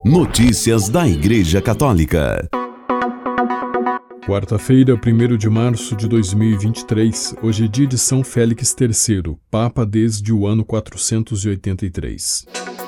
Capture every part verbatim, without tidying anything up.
Notícias da Igreja Católica. Quarta-feira, primeiro de março de dois mil e vinte e três, hoje é dia de São Félix terceiro, Papa desde o ano quatrocentos e oitenta e três.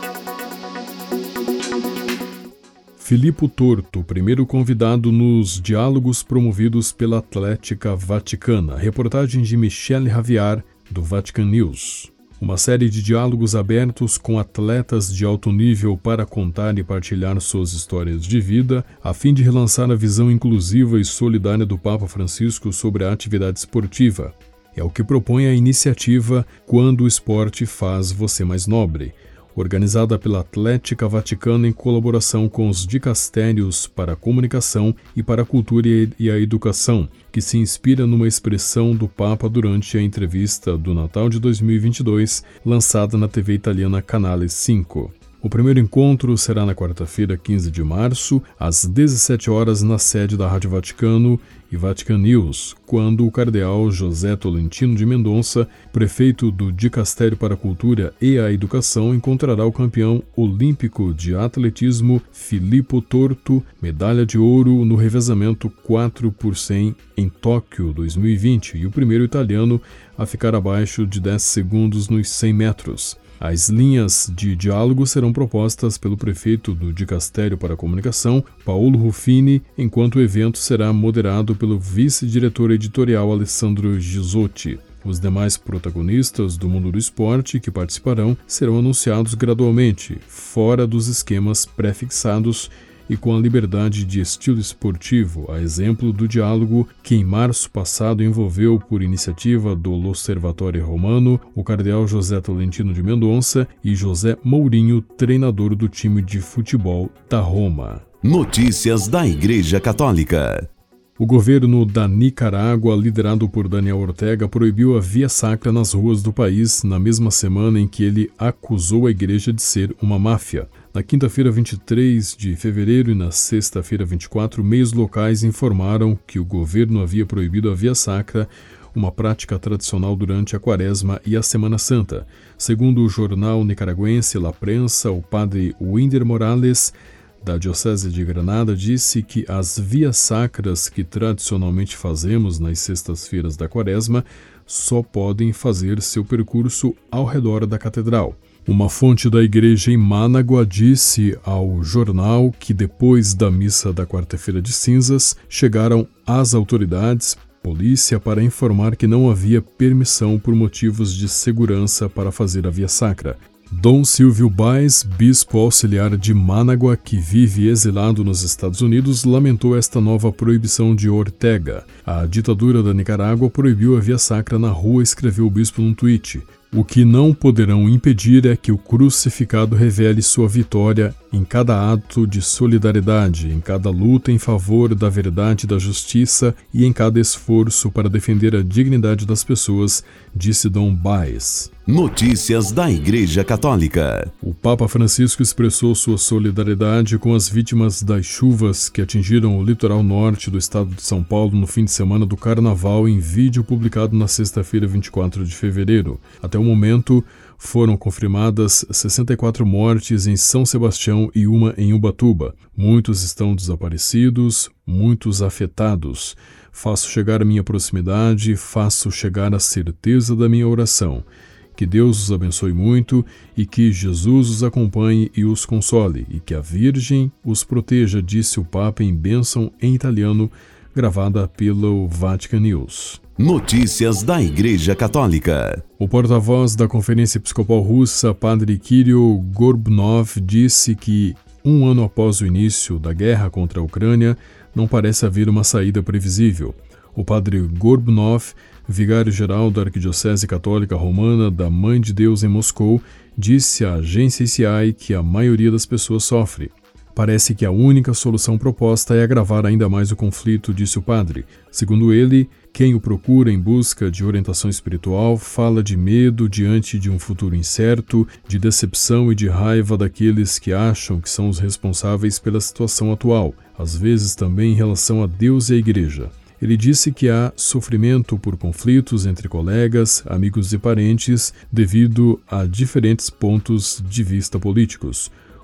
Filippo Torto, primeiro convidado nos diálogos promovidos pela Atlética Vaticana. Reportagem de Michele Javier, do Vatican News. Uma série de diálogos abertos com atletas de alto nível para contar e partilhar suas histórias de vida, a fim de relançar a visão inclusiva e solidária do Papa Francisco sobre a atividade esportiva. É o que propõe a iniciativa Quando o Esporte Faz Você Mais Nobre, organizada pela Atlética Vaticana em colaboração com os dicastérios para a comunicação e para a cultura e a educação, que se inspira numa expressão do Papa durante a entrevista do Natal de dois mil e vinte e dois, lançada na T V italiana Canale cinco. O primeiro encontro será na quarta-feira, quinze de março, às dezessete horas, na sede da Rádio Vaticano e Vatican News, quando o cardeal José Tolentino de Mendonça, prefeito do Dicastério para a Cultura e a Educação, encontrará o campeão olímpico de atletismo Filippo Torto, medalha de ouro no revezamento quatro por cem em Tóquio dois mil e vinte, e o primeiro italiano a ficar abaixo de dez segundos nos cem metros. As linhas de diálogo serão propostas pelo prefeito do Dicastério para a Comunicação, Paolo Ruffini, enquanto o evento será moderado pelo vice-diretor editorial Alessandro Gisotti. Os demais protagonistas do mundo do esporte que participarão serão anunciados gradualmente, fora dos esquemas pré-fixados e com a liberdade de estilo esportivo, a exemplo do diálogo que em março passado envolveu, por iniciativa do L'Osservatore Romano, o cardeal José Tolentino de Mendonça e José Mourinho, treinador do time de futebol da Roma. Notícias da Igreja Católica. O governo da Nicarágua, liderado por Daniel Ortega, proibiu a via sacra nas ruas do país na mesma semana em que ele acusou a igreja de ser uma máfia. Na quinta-feira, vinte e três de fevereiro, e na sexta-feira, vinte e quatro, meios locais informaram que o governo havia proibido a via sacra, uma prática tradicional durante a Quaresma e a Semana Santa. Segundo o jornal nicaragüense La Prensa, o padre Winder Morales, da Diocese de Granada, disse que as vias sacras que tradicionalmente fazemos nas sextas-feiras da Quaresma só podem fazer seu percurso ao redor da catedral. Uma fonte da igreja em Managua disse ao jornal que depois da missa da quarta-feira de cinzas, chegaram às autoridades, polícia, para informar que não havia permissão por motivos de segurança para fazer a via sacra. Dom Silvio Baez, bispo auxiliar de Managua, que vive exilado nos Estados Unidos, lamentou esta nova proibição de Ortega. A ditadura da Nicarágua proibiu a via sacra na rua, escreveu o bispo num tweet. O que não poderão impedir é que o crucificado revele sua vitória em cada ato de solidariedade, em cada luta em favor da verdade e da justiça e em cada esforço para defender a dignidade das pessoas, disse Dom Baez. Notícias da Igreja Católica. O Papa Francisco expressou sua solidariedade com as vítimas das chuvas que atingiram o litoral norte do estado de São Paulo no fim de semana do Carnaval, em vídeo publicado na sexta-feira, vinte e quatro de fevereiro. Até o momento, foram confirmadas sessenta e quatro mortes em São Sebastião e uma em Ubatuba. Muitos estão desaparecidos, muitos afetados. Faço chegar a minha proximidade, faço chegar a certeza da minha oração. Que Deus os abençoe muito e que Jesus os acompanhe e os console, e que a Virgem os proteja, disse o Papa em bênção em italiano, gravada pelo Vatican News. Notícias da Igreja Católica. O porta-voz da Conferência Episcopal Russa, Padre Kirill Gorbunov, disse que, um ano após o início da guerra contra a Ucrânia, não parece haver uma saída previsível. O padre Gorbunov, vigário-geral da Arquidiocese Católica Romana da Mãe de Deus em Moscou, disse à agência I C I que a maioria das pessoas sofre. Parece que a única solução proposta é agravar ainda mais o conflito, disse o padre. Segundo ele, quem o procura em busca de orientação espiritual fala de medo diante de um futuro incerto, de decepção e de raiva daqueles que acham que são os responsáveis pela situação atual, às vezes também em relação a Deus e a Igreja. Ele disse que há sofrimento por conflitos entre colegas, amigos e parentes devido a diferentes pontos de vista políticos.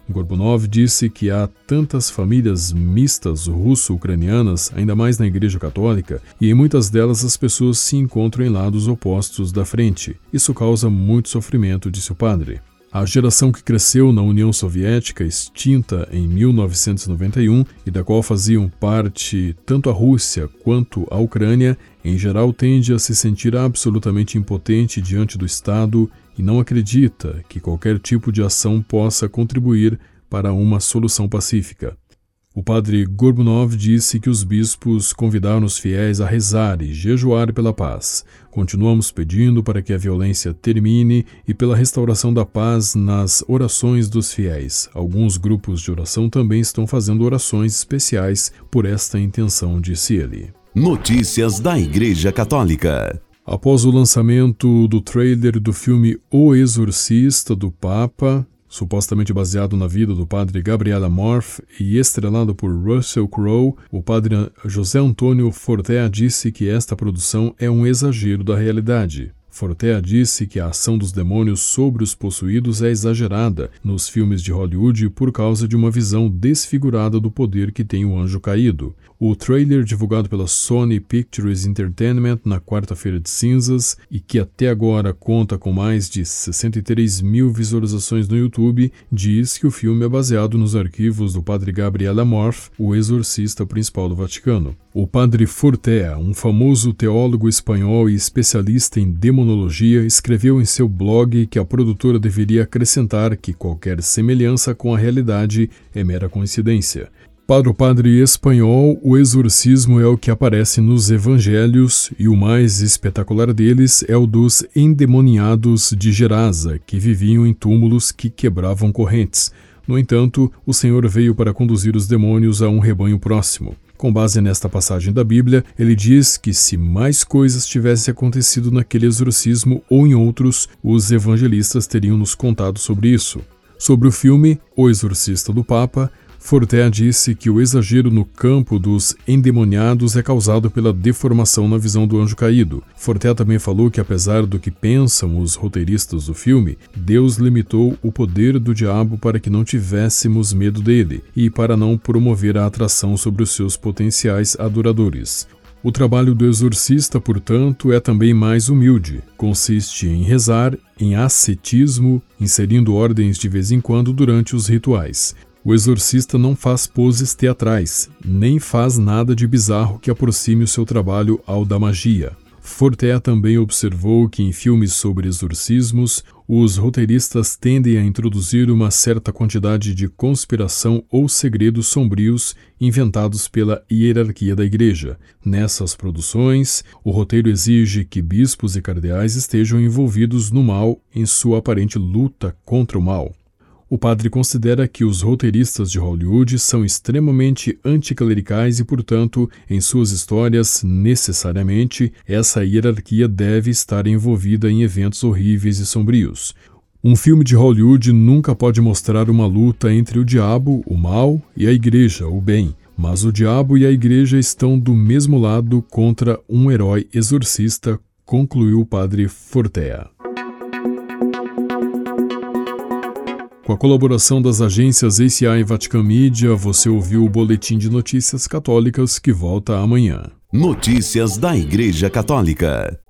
Gorbunov disse que há tantas famílias mistas russo-ucranianas, ainda mais na Igreja Católica, e em muitas delas as pessoas se encontram em lados opostos da frente. Isso causa muito sofrimento, disse o padre. A geração que cresceu na União Soviética, extinta em mil novecentos e noventa e um, e da qual faziam parte tanto a Rússia quanto a Ucrânia, em geral tende a se sentir absolutamente impotente diante do Estado e não acredita que qualquer tipo de ação possa contribuir para uma solução pacífica. O padre Gorbunov disse que os bispos convidaram os fiéis a rezar e jejuar pela paz. Continuamos pedindo para que a violência termine e pela restauração da paz nas orações dos fiéis. Alguns grupos de oração também estão fazendo orações especiais por esta intenção, disse ele. Notícias da Igreja Católica. Após o lançamento do trailer do filme O Exorcista do Papa, supostamente baseado na vida do padre Gabriel Amorth e estrelado por Russell Crowe, o padre José Antônio Fortea disse que esta produção é um exagero da realidade. Fortea disse que a ação dos demônios sobre os possuídos é exagerada nos filmes de Hollywood por causa de uma visão desfigurada do poder que tem o anjo caído. O trailer divulgado pela Sony Pictures Entertainment na quarta-feira de cinzas e que até agora conta com mais de sessenta e três mil visualizações no YouTube, diz que o filme é baseado nos arquivos do padre Gabriel Amorth, o exorcista principal do Vaticano. O padre Fortea, um famoso teólogo espanhol e especialista em demonologia, escreveu em seu blog que a produtora deveria acrescentar que qualquer semelhança com a realidade é mera coincidência. Para o padre espanhol, o exorcismo é o que aparece nos evangelhos e o mais espetacular deles é o dos endemoniados de Gerasa, que viviam em túmulos que quebravam correntes. No entanto, o Senhor veio para conduzir os demônios a um rebanho próximo. Com base nesta passagem da Bíblia, ele diz que se mais coisas tivessem acontecido naquele exorcismo ou em outros, os evangelistas teriam nos contado sobre isso. Sobre o filme O Exorcista do Papa, Fortea disse que o exagero no campo dos endemoniados é causado pela deformação na visão do anjo caído. Fortea também falou que, apesar do que pensam os roteiristas do filme, Deus limitou o poder do diabo para que não tivéssemos medo dele e para não promover a atração sobre os seus potenciais adoradores. O trabalho do exorcista, portanto, é também mais humilde. Consiste em rezar, em ascetismo, inserindo ordens de vez em quando durante os rituais. O exorcista não faz poses teatrais, nem faz nada de bizarro que aproxime o seu trabalho ao da magia. Fortea também observou que em filmes sobre exorcismos, os roteiristas tendem a introduzir uma certa quantidade de conspiração ou segredos sombrios inventados pela hierarquia da igreja. Nessas produções, o roteiro exige que bispos e cardeais estejam envolvidos no mal em sua aparente luta contra o mal. O padre considera que os roteiristas de Hollywood são extremamente anticlericais e, portanto, em suas histórias, necessariamente, essa hierarquia deve estar envolvida em eventos horríveis e sombrios. Um filme de Hollywood nunca pode mostrar uma luta entre o diabo, o mal, e a igreja, o bem, mas o diabo e a igreja estão do mesmo lado contra um herói exorcista, concluiu o padre Fortea. Com a colaboração das agências A C I e Vatican Media, você ouviu o Boletim de Notícias Católicas que volta amanhã. Notícias da Igreja Católica.